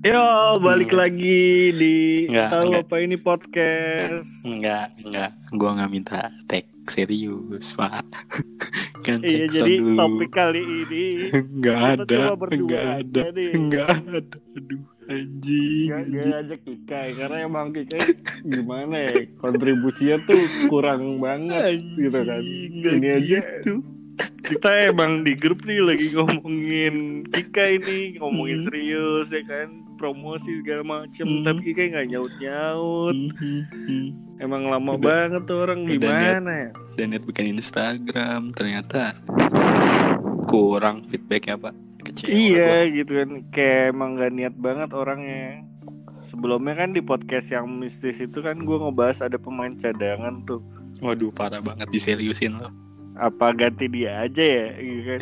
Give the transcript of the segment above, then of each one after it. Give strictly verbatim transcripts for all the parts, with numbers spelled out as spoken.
Yo, balik Enggak. lagi di Enggak, tahu enggak. apa ini podcast. Enggak, enggak. Gua nggak minta take serius, Pak. Kan Iya, cek jadi sound dulu. topik kali ini Enggak kita ada, cuma berdua enggak ada, aja nih. enggak ada. Aduh, anjing, Gak, gak anjing. ajak Kikai karena emang Kikai gimana ya, kontribusinya tuh kurang banget gitu kan. Anjing, Ini enggak aja gitu. kita emang di grup nih lagi ngomongin Kikai nih, ngomongin Hmm. serius ya kan, promosi segala macem, Hmm. tapi Kikai nggak nyaut-nyaut. Hmm, hmm. Emang lama Udah- banget tuh orang udah gimana ya? Dan lihat bikin Instagram, ternyata kurang feedbacknya, Pak. Kecewa Iya gua. gitu kan, kayak emang gak niat banget orangnya. Sebelumnya kan di podcast yang mistis itu kan gue ngebahas ada pemain cadangan tuh. Waduh, parah banget diseriusin loh. Apa ganti dia aja ya gitu kan.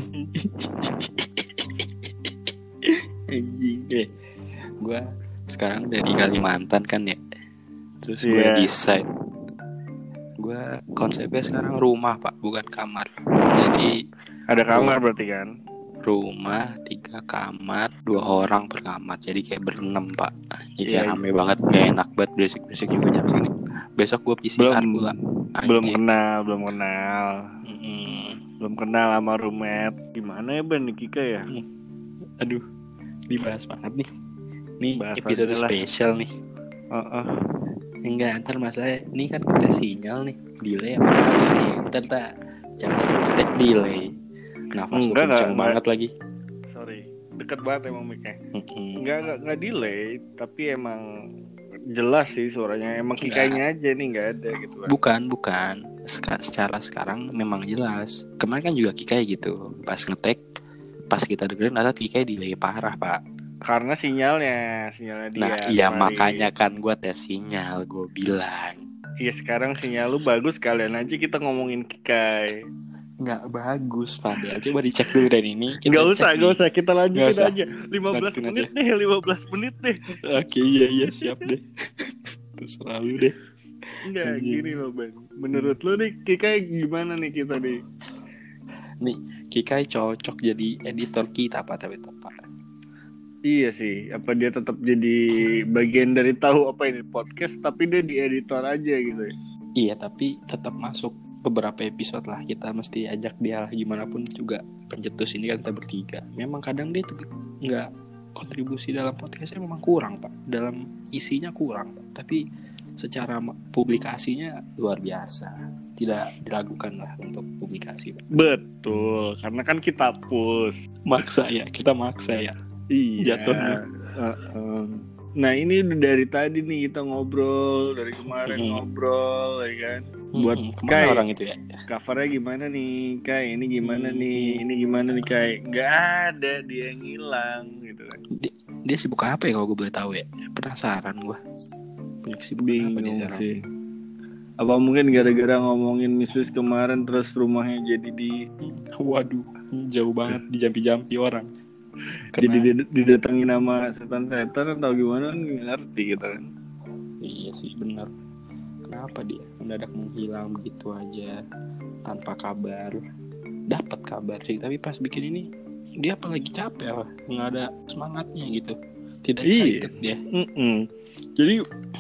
Anjing deh. Gue sekarang udah di Kalimantan kan ya. Terus gue Iya. decide gue konsepnya sekarang rumah, Pak, bukan kamar. Jadi Ada kamar berarti kan. rumah tiga kamar, dua orang per kamar. Jadi kayak berenam, Pak. Jadi Iya. rame banget, gak enak banget, berisik-berisik juga jam segini. Besok gue P C R Belum pula. belum Anjing. kenal, belum kenal. Mm-mm. Belum kenal sama roommate. Gimana ya Ben nih Kika ya? Aduh, dibahas banget nih. Nih Bahas episode aja lah. spesial nih. Heeh. Enggak, ntar masalah ini kan kita sinyal nih, delay apa nih? Ntar tak jangan kita delay. Nafas tuh Enggak, kenceng enggak, banget lagi. Sorry, deket banget emang mic-nya. Mm-mm. Nggak, nggak, nggak delay, tapi emang jelas sih suaranya. Emang Nggak. Kikanya aja nih nggak ada gitu kan. Bukan, bukan. Seka- secara sekarang memang jelas. Kemarin kan juga Kikai gitu. Pas ngetek, pas kita dengerin ada Kikai delay parah, Pak. Karena sinyalnya, sinyalnya dia. Nah, iya kemarin. makanya kan gue tes sinyal, gue bilang. Iya sekarang sinyal lu bagus, kalian aja kita ngomongin Kikai. Nggak bagus, Fadel. Coba dicek dulu dan ini. Kita Nggak cek usah, nih. nggak usah, kita lanjutin Nggak usah. aja. lima belas Lanjutin menit aja. deh, lima belas menit deh. Oke, iya, iya, siap deh. Terserah lu deh. Enggak, Anjing. gini loh Ben. Menurut lu nih Kikai gimana nih kita nih? Nih, Kikai cocok jadi editor kita, Pak, tapi Pak. Iya sih, apa dia tetap jadi bagian dari tahu apa ini podcast, tapi dia di editor aja gitu ya. Iya, tapi tetap masuk beberapa episode lah. Kita mesti ajak dia lah, gimana pun juga pencetus ini kan kita bertiga. Memang kadang dia tuh nggak kontribusi dalam podcastnya, memang kurang, Pak. Dalam isinya kurang, Pak. Tapi secara publikasinya luar biasa. Tidak diragukan lah untuk publikasi, Pak. Betul, karena kan kita push. Maksa ya, kita maksa ya. Iya. Jatuhnya. Uh-uh. Nah ini udah dari tadi nih kita ngobrol, dari kemarin Mm-hmm. ngobrol, ya kan. Buat Hmm, kemana Kai, orang itu ya? covernya gimana nih, Kai? Ini gimana Hmm. nih? Ini gimana nih, Kai? Nggak ada, dia yang hilang, gitu kan. Dia, dia sibuk apa ya kalau gue boleh tahu ya? Penasaran gue. Punya kesibukan apa dia Bingung sekarang? sih. Apa mungkin gara-gara ngomongin mistis kemarin terus rumahnya jadi di, Waduh, jauh banget dijampi-jampi orang. jadi Karena, did- didatengin sama setan-setan atau gimana kan nggak ngerti gitu kan. iya sih benar. Kenapa dia mendadak menghilang begitu aja tanpa kabar? Dapat kabar sih, tapi pas bikin ini dia apalagi capek apa? Nggak ada semangatnya gitu. Tidak Iya. excited dia. Mm-mm. Jadi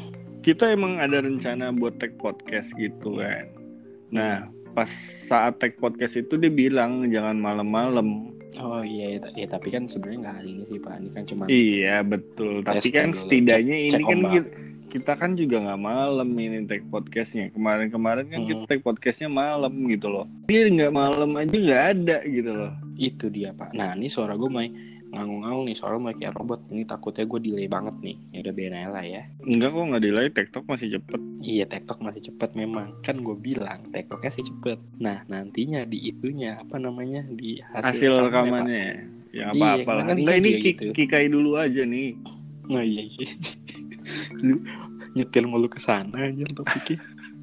kita emang ada rencana buat tag podcast gitu kan. Nah pas saat tag podcast itu dia bilang jangan malam-malam. Oh iya, iya, iya, tapi kan sebenarnya nggak hari ini sih, Pak. Ini kan cuma Iya betul. Tapi Tes kan dulu, setidaknya cek- ini cek kan ombak. kita, kita kan juga nggak malam ini tag podcastnya. Kemarin-kemarin kan Hmm. kita tag podcastnya malam gitu loh. Dia nggak malam aja nggak ada gitu loh. Itu dia, Pak. Nah, ini suara gue mulai ngangung-ngangung nih, suara mulai kayak robot. Ini takutnya gue delay banget nih. Ya udah biarin aja lah ya. Enggak kok nggak delay, TikTok masih cepet. Iya, TikTok masih cepet memang. Kan gue bilang TikToknya sih cepet. Nah, nantinya di itunya apa namanya di hasil, Hasil rekamannya, rekamannya. Ya apa-apa Iya, lah. karena kan Enggak ini video ki- gitu. Kikai dulu aja nih. Pak. Nah, iya, iya. Lu nyetil mulu ke sana aja topiknya.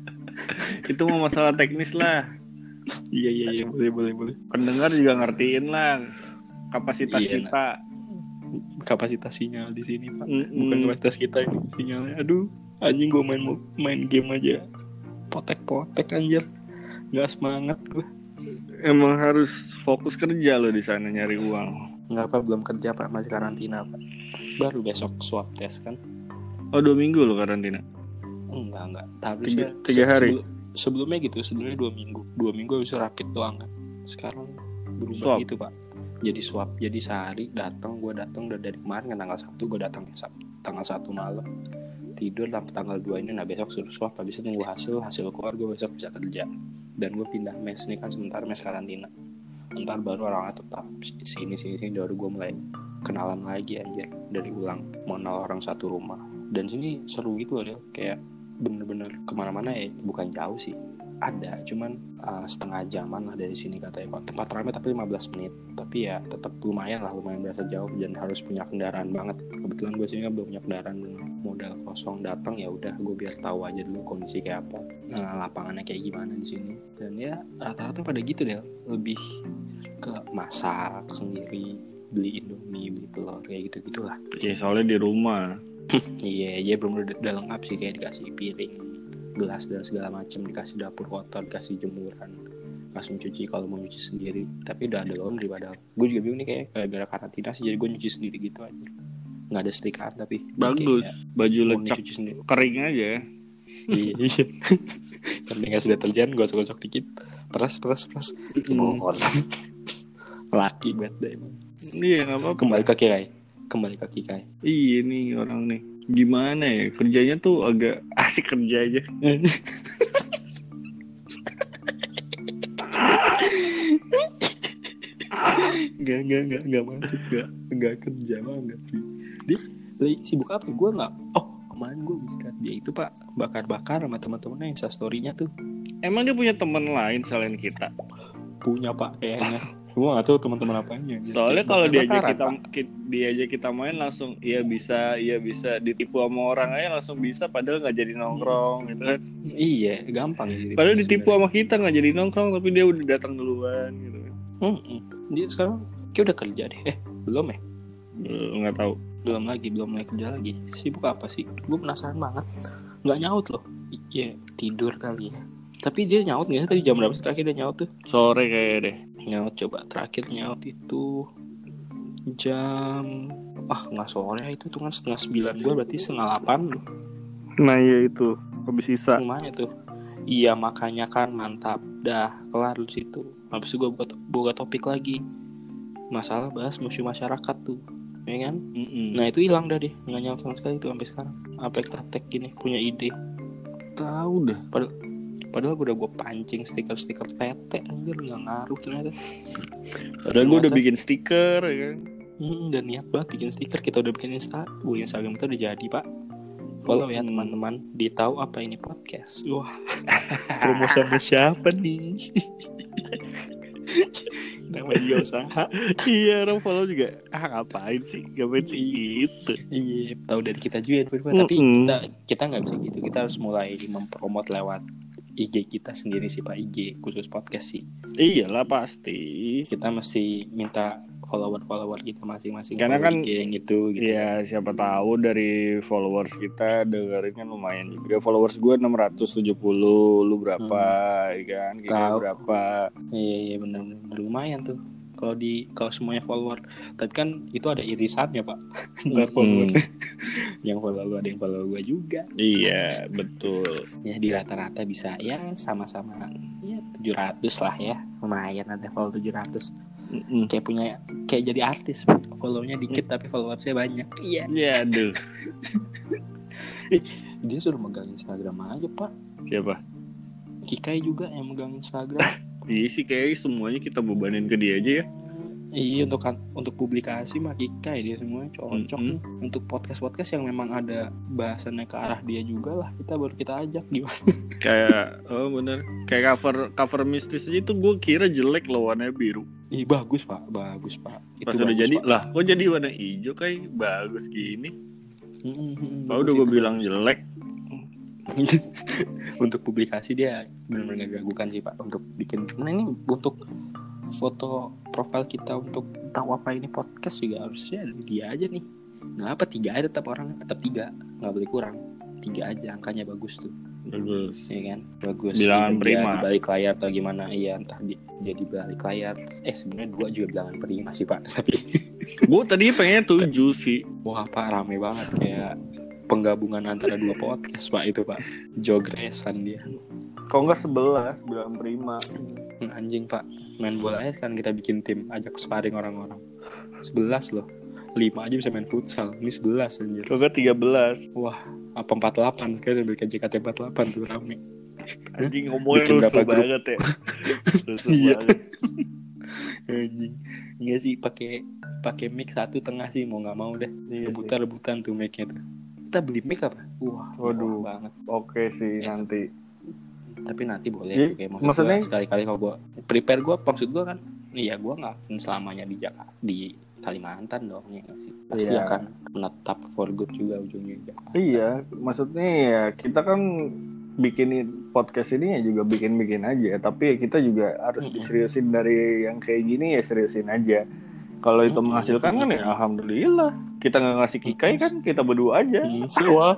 Itu mau masalah teknis lah. Iya, iya, iya, boleh, boleh, boleh. Pendengar juga ngertiin lah kapasitas Iya, kita. Kapasitas sinyal di sini, Pak. Mm-mm. Bukan kapasitas kita ini sinyalnya. Aduh, anjing gue main main game aja potek-potek anjir. Nggak semangat gue. Emang harus fokus kerja lo di sana nyari uang. Nggak apa, belum kerja, Pak, masih karantina, Pak. Baru besok swab test kan. Oh dua minggu lo karantina? Enggak enggak. Harusnya tiga, tiga hari. Sebelum, sebelumnya gitu, sebelumnya dua minggu. Dua minggu habis rapid doang kan. Sekarang berubah Swab. gitu pak. Jadi swab. Jadi sehari datang, gue datang udah dari kemarin kan tanggal Sabtu gue datang Sabtu tanggal satu malam. Tidur sampai tanggal dua ini, nah besok suruh swab. Habis itu tunggu hasil, hasil keluar gue besok bisa kerja. Dan gue pindah mes nih kan sementara mes karantina. Ntar baru orang tetap sini sini sini baru gue mulai kenalan lagi anjir dari ulang mengenal orang satu rumah. Dan sini seru gitu loh, kayak bener-bener kemana-mana ya, bukan jauh sih, ada cuman uh, setengah jaman lah dari sini katanya pak. Tempat ramai tapi lima belas menit, tapi ya tetap lumayan lah, lumayan berasa jauh dan harus punya kendaraan banget. Kebetulan gue sini kan belum punya kendaraan, modal kosong datang ya udah gue biar tahu aja dulu kondisi kayak apa, nah, lapangannya kayak gimana di sini. Dan ya rata-rata pada gitu deh, lebih ke masak sendiri, beli indomie, beli telur kayak gitu gitulah. Iya soalnya di rumah. Iya, yeah, belum udah, udah lengkap sih, kayak dikasih piring, gelas dan segala macam, dikasih dapur kotor, dikasih jemuran, dikasih mencuci kalau mau nyuci sendiri. Tapi udah ada laundry padahal. Gue juga bingung nih kayak gara-gara karantina sih, jadi gue nyuci sendiri gitu aja. Nggak ada setrikaan tapi bagus, baju lecak kering aja. Iya, iya. Karena nggak sudah terjadi, gosok-gosok dikit, peras, peras, peras. Mohon. Laki banget deh emang. Iya nggak apa-apa. Kembali ke Kikai. Kembali ke Kikai. Iya nih orang nih gimana ya, kerjanya tuh agak asik kerja aja. Gak gak gak gak masuk, gak gak kerja banget sih. Dia sibuk apa? Gue nggak. Oh kemarin gue lihat dia itu pak bakar-bakar sama teman-temannya Insta story-nya tuh. Emang dia punya teman lain selain kita? Punya pak kayaknya. Gue gak tahu teman-teman apanya. Soalnya kalau diajak kita diajak kita main langsung iya bisa, iya bisa, ditipu sama orang aja langsung bisa, padahal nggak jadi nongkrong gitu kan. Iya gampang gitu. Padahal ditipu sama kita nggak jadi nongkrong tapi dia udah datang duluan gitu kan. Hmm, dia sekarang kayak udah kerja deh. Eh belum ya? Belum, nggak tahu. Belum lagi, belum mulai kerja lagi. Sibuk apa sih? Gue penasaran banget. Nggak nyaut loh. Iya tidur kali ya. Tapi dia nyaut nggak sih tadi jam berapa sih terakhir dia nyaut tuh? Sore kayaknya deh. Nyaut coba terakhir nyaut itu jam ah nggak sore itu tuh kan setengah sembilan, gue berarti setengah delapan loh. Nah iya itu habis sisa. Lumayan tuh. Iya makanya kan mantap. Dah kelar di situ. Habis itu gue buka, buka topik lagi. Masalah bahas musuh masyarakat tuh, ya kan? Mm-mm. Nah itu hilang dah deh, nggak nyaut sama sekali tuh sampai sekarang. Apa kita tag gini punya ide? Tahu dah. Padahal Padahal gue udah gue pancing stiker-stiker tete, anjir nggak ngaruh ternyata. Padahal gue udah bikin stiker ya kan. Hmm, dan niat banget bikin stiker, kita udah bikin Insta, gue Instagram kita udah jadi pak. Follow ya teman-teman, ditahu apa ini podcast. Wah, promo sama siapa nih? Namanya juga usaha. Iya orang follow juga. Ah ngapain sih, ngapain sih gitu. Iya, tahu dari kita juga, tapi kita kita nggak bisa gitu. Kita harus mulai mempromot lewat I G kita sendiri sih pak, I G khusus podcast sih. Iyalah pasti. Kita mesti minta follower-follower kita masing-masing. Karena kan I G yang gitu, gitu. Ya siapa tahu dari followers kita dengerin kan lumayan juga. Followers gue enam ratus tujuh puluh, lu berapa, hmm. ya kan? Kita berapa? Iya iya benar-benar lumayan tuh. Kalau di kalau semuanya follower, tapi kan itu ada irisannya pak. Ntar follower yang follow lu ada yang follow gue juga. Iya betul. Ya di rata-rata bisa ya sama-sama ya tujuh ratus lah ya, lumayan ada follow tujuh ratus. Mm-mm. Kayak punya kayak jadi artis, follownya dikit mm. tapi followersnya banyak. Iya. Iya aduh. Dia suruh megang Instagram aja pak. Siapa? Kikai juga yang megang Instagram. Iya sih kayaknya semuanya kita bebanin ke dia aja ya. Iya untuk untuk publikasi mah Kikai dia semuanya cocok mm-hmm. nih. Untuk podcast-podcast yang memang ada bahasannya ke arah dia juga lah, kita baru kita ajak gimana. Kayak oh bener kayak cover cover mistis aja itu gue kira jelek loh warnanya biru. Ih bagus pak, bagus pak. Pas udah jadi pak. Lah kok jadi warna hijau kayak bagus gini. Mm-hmm. Pak udah gue bilang jelek. Untuk publikasi dia benar-benar gak ragukan sih pak untuk bikin. Nah ini untuk foto profil kita untuk tahu apa ini podcast juga harusnya ada dia aja nih. Nggak apa tiga aja tetap orang tetap tiga, nggak boleh kurang. Tiga aja angkanya bagus tuh. Bagus. Iya kan? Bagus. Bilangan prima. Di balik layar atau gimana? Iya entah di, dia di balik layar. Eh sebenarnya dua juga bilangan prima sih pak. Tapi gue tadi pengennya tujuh sih. Wah pak, rame banget kayak penggabungan antara dua podcast pak itu pak. Jogresan dia. Kalau nggak sebelas, bilang prima. Anjing pak, main bola aja kan kita bikin tim, ajak sparring orang-orang. Sebelas loh, lima aja bisa main futsal, ini sebelas anjir. Kalau nggak tiga belas. Wah, apa empat puluh delapan sekarang dari J K T empat puluh delapan tuh rame. Anjing ngomongnya Bikin berapa rusuh grup? banget ya. Rusuh Iya. banget. Anjing, enggak sih pakai pakai mic satu tengah sih mau nggak mau deh. Iya rebutan-rebutan tuh mic-nya tuh. Kita beli mic apa? Wah, Waduh. murah banget. Oke sih Ya. nanti. Tapi nanti boleh Jadi, tuh kayak maksud maksudnya gua, sekali-kali kalau gua prepare gua maksud gua kan iya gua nggak akan selamanya di Jakarta di Kalimantan dong ya nggak sih pasti Iya. akan menetap for good juga ujungnya di Jakarta. Iya, maksudnya ya kita kan bikin podcast ini ya juga bikin-bikin aja, tapi ya kita juga harus Mm-mm. diseriusin dari yang kayak gini ya seriusin aja. Kalau itu Mm-mm. menghasilkan kan ya alhamdulillah. Kita nggak ngasih kikai kan, kita berdua aja. Hmm, semua.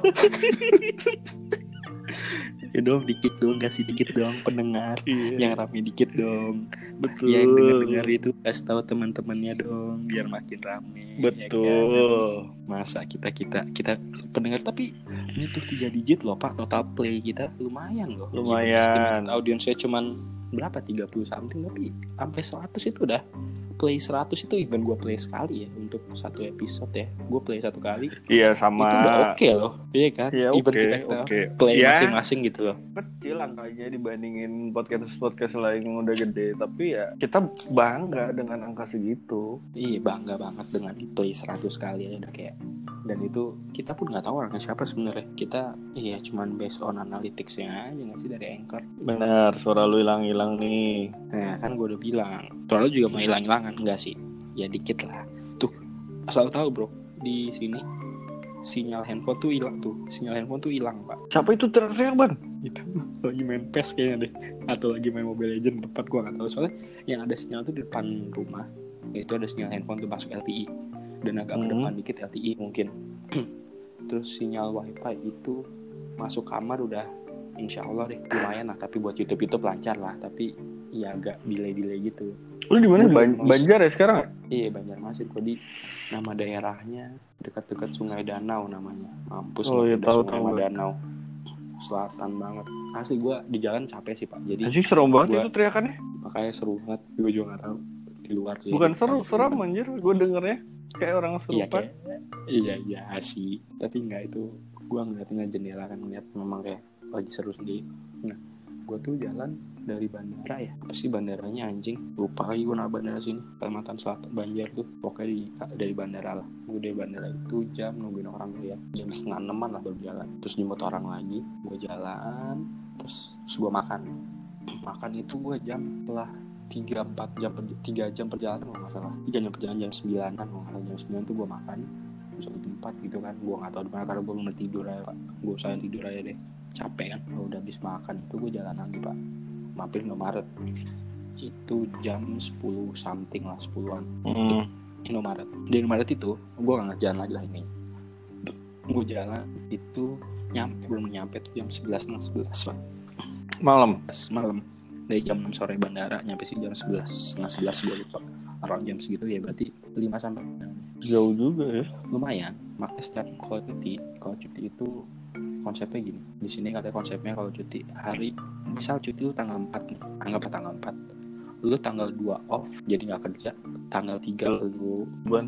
Ya dong dikit dong, kasih dikit dong pendengar. Iya. Yang rame dikit dong. Betul. Yang dengar-dengar itu kasih tahu teman-temannya dong biar makin rame. Betul. Ya kan? Masa kita kita kita pendengar tapi ini tuh tiga digit loh Pak, total play kita lumayan loh. Lumayan. Audiensnya cuman berapa tiga puluh something tapi sampai seratus itu udah play seratus itu even gue play sekali ya untuk satu episode ya. Gue play satu kali. Iya sama. Itu udah oke okay loh. Iya kan? Iya even oke. kita, kita Oke. play Ya, masing-masing gitu loh. kecil angkanya dibandingin podcast-podcast lain yang udah gede, tapi ya kita bangga dengan angka segitu. Iya bangga banget dengan play seratus kali aja udah kayak. Dan itu kita pun nggak tahu orangnya siapa sebenarnya. Kita iya cuman based on analytics-nya aja nggak sih dari Anchor. Benar, suara lu hilang-hilang nih. Nah kan gue udah bilang. Suara lu juga mau hilang-hilangan enggak sih? Ya dikit lah. Tuh asal tahu bro di sini sinyal handphone tuh hilang tuh. Sinyal handphone tuh hilang pak. Siapa itu teriak-teriak ban? Itu lagi main P E S kayaknya deh. Atau lagi main Mobile Legends tempat gue nggak tahu soalnya yang ada sinyal tuh di depan rumah. Itu ada sinyal handphone tuh masuk L T E. Dan agak ke depan dikit L T E mungkin. Terus sinyal wifi itu masuk kamar udah insya Allah deh lumayan lah. Tapi buat YouTube YouTube lancar lah. Tapi ya agak delay-delay gitu. Lu di mana? Lu Ban- di- Banjar ya sekarang? Iya Banjarmasin. Jadi nama daerahnya dekat-dekat Sungai Danau namanya. Mampus Oh, lah, iya, udah tahu, Sungai tahu. sama Danau. Selatan banget. Asli gue di jalan capek sih pak. Jadi Anjing serem banget Gua- itu teriakannya. makanya seru banget. Gue juga nggak tahu di luar sih. Bukan seru, seram anjir. Gue dengernya kayak orang Iya serupan. kayak iya iya sih. Tapi nggak itu. Gue ngeliatnya jendela kan ngeliat memang kayak lagi seru sendiri. Nah gue tuh jalan dari bandara ya. Apa sih bandaranya anjing? Lupa lagi gue nama bandara sini. Kalimantan Selatan Banjar tuh. Pokoknya di, dari bandara lah. Gue dari bandara itu jam nungguin orang lihat. Jam setengah enaman lah baru jalan. Terus jemput orang lagi. Gue jalan. Terus, terus gue makan. Makan itu gue jam setelah tiga empat jam tiga jam perjalanan kalau nggak salah. tiga jam perjalanan jam sembilan kan kalau nggak salah jam sembilan tuh gue makan di suatu tempat gitu kan. Gue nggak tahu di mana karena gue belum tidur aja pak. Gue usahain tidur aja deh. Capek kan. Udah habis makan itu gue jalan lagi pak. Mampir Indomaret. Itu jam sepuluh something lah sepuluhan. Hmm. Indomaret. Di Indomaret itu gue nggak jalan lagi lah ini. Gue jalan itu nyampe belum nyampe tuh jam sebelas setengah sebelas pak. Malam. Malam dari jam enam sore bandara nyampe sih jam sebelas setengah sebelas gue lupa around jam segitu ya berarti lima sampai Jauh juga ya. lumayan. Makanya setiap kalau cuti kalau cuti itu konsepnya gini di sini katanya konsepnya kalau cuti hari misal cuti lu tanggal empat nih anggap tanggal empat lu tanggal dua off jadi nggak kerja tanggal tiga lu Ban.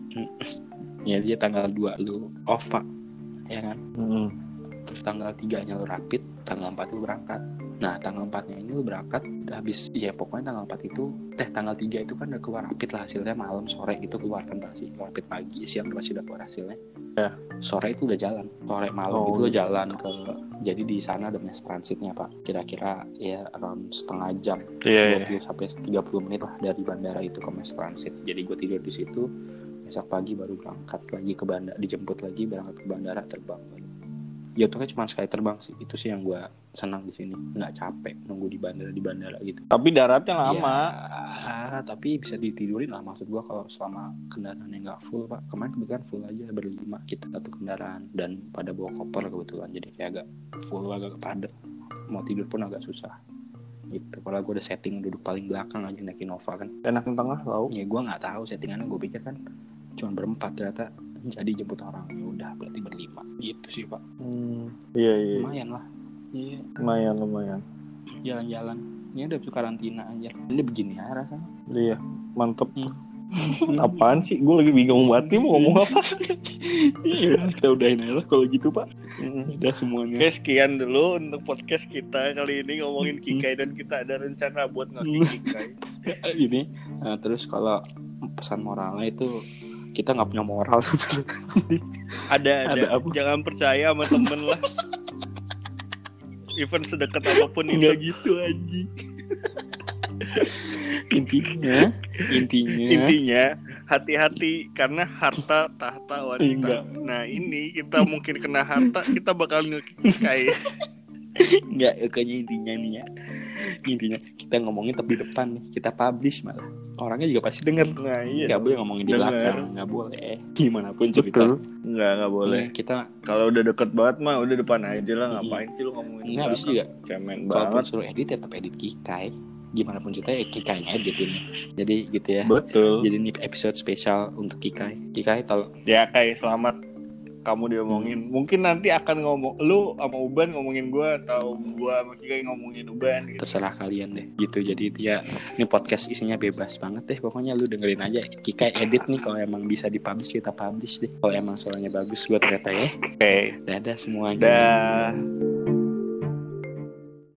ya dia tanggal dua lu off pak ya kan. Hmm. Terus tanggal tiga nya lu rapid, tanggal empat lu berangkat. Nah tanggal empat nya ini lu berangkat udah habis, ya pokoknya tanggal empat itu teh tanggal tiga itu kan udah keluar rapid lah hasilnya malam sore gitu keluar kan pasti rapid pagi siang pasti udah keluar hasilnya. Ya. Sore itu udah jalan, sore malam Oh, itu lo gitu. jalan ke, jadi di sana ada mass transitnya pak, kira-kira ya around setengah jam, Iya. dua puluh sampai tiga puluh menit lah dari bandara itu ke mass transit. Jadi gue tidur di situ, besok pagi baru berangkat lagi ke bandara, dijemput lagi berangkat ke bandara terbang baru. Ya tuh cuma sekali terbang sih, itu sih yang gue senang di sini, nggak capek nunggu di bandara di bandara gitu. Tapi daratnya lama. Ya, tapi bisa ditidurin lah maksud gue kalau selama kendaraannya nggak full pak. Kemarin kebetulan full aja berlima kita satu kendaraan dan pada bawa koper kebetulan jadi kayak agak full agak padat. Mau tidur pun agak susah. Gitu. Kalau gue udah setting duduk paling belakang aja naik Innova kan. Enak di tengah tau. Ya gue nggak tahu settingannya, gue pikir kan cuma berempat, ternyata jadi jemput orang. Ya udah berarti berlima gitu sih Pak. Hmm, iya iya. Lumayan lah. Iya. Lumayan lumayan. Jalan-jalan. Ini udah karantina aja. Ini begini ya rasanya. Iya, mantep. Hmm. Apaan sih? Gue lagi bingung banget nih mau ngomong apa. Iya, kita udahin aja lah kalau gitu Pak. Udah semuanya. Oke, sekian dulu untuk podcast kita kali ini ngomongin Kikai, dan kita ada rencana buat ngasih Kikai. Ini, nah, terus kalau pesan moralnya itu kita nggak punya moral sebenarnya. Ada ada. Ada apa? Jangan percaya sama temen lah. Even sedekat apapun Enggak itu. gitu aja. intinya, intinya, Intinya hati-hati karena harta tahta wanita. Enggak. Nah ini kita mungkin kena harta, kita bakal ngekikai. Enggak, kayaknya intinya nih ya. Intinya kita ngomongin tapi depan nih, kita publish malah. Orangnya juga pasti denger. Nah iya. Enggak boleh ngomongin di Denger. belakang, enggak boleh. Gimana pun cerita. Betul. Enggak, enggak boleh. Nih, kita Kalau udah deket banget mah udah depan aja lah. Ngapain sih lu ngomongin enggak habis belakang? juga. Cemen Kalaupun banget. suruh edit tetap edit Kikai. Gimana pun ceritanya Kikai yang edit ini. Jadi gitu ya. Betul. Jadi ini episode spesial untuk Kikai. Kikai tolong. Ya kayak selamat kamu diomongin. Mungkin nanti akan ngomong lu sama Uban ngomongin gua, atau gua sama Kikai ngomongin Uban gitu. Terserah kalian deh. Gitu. Jadi itu ya, ini podcast isinya bebas banget deh. Pokoknya lu dengerin aja. Kikai edit nih, kalau emang bisa dipublish kita publish deh. Kalau emang suaranya bagus buat ternyata ya. Oke. Dadah semuanya. Dah.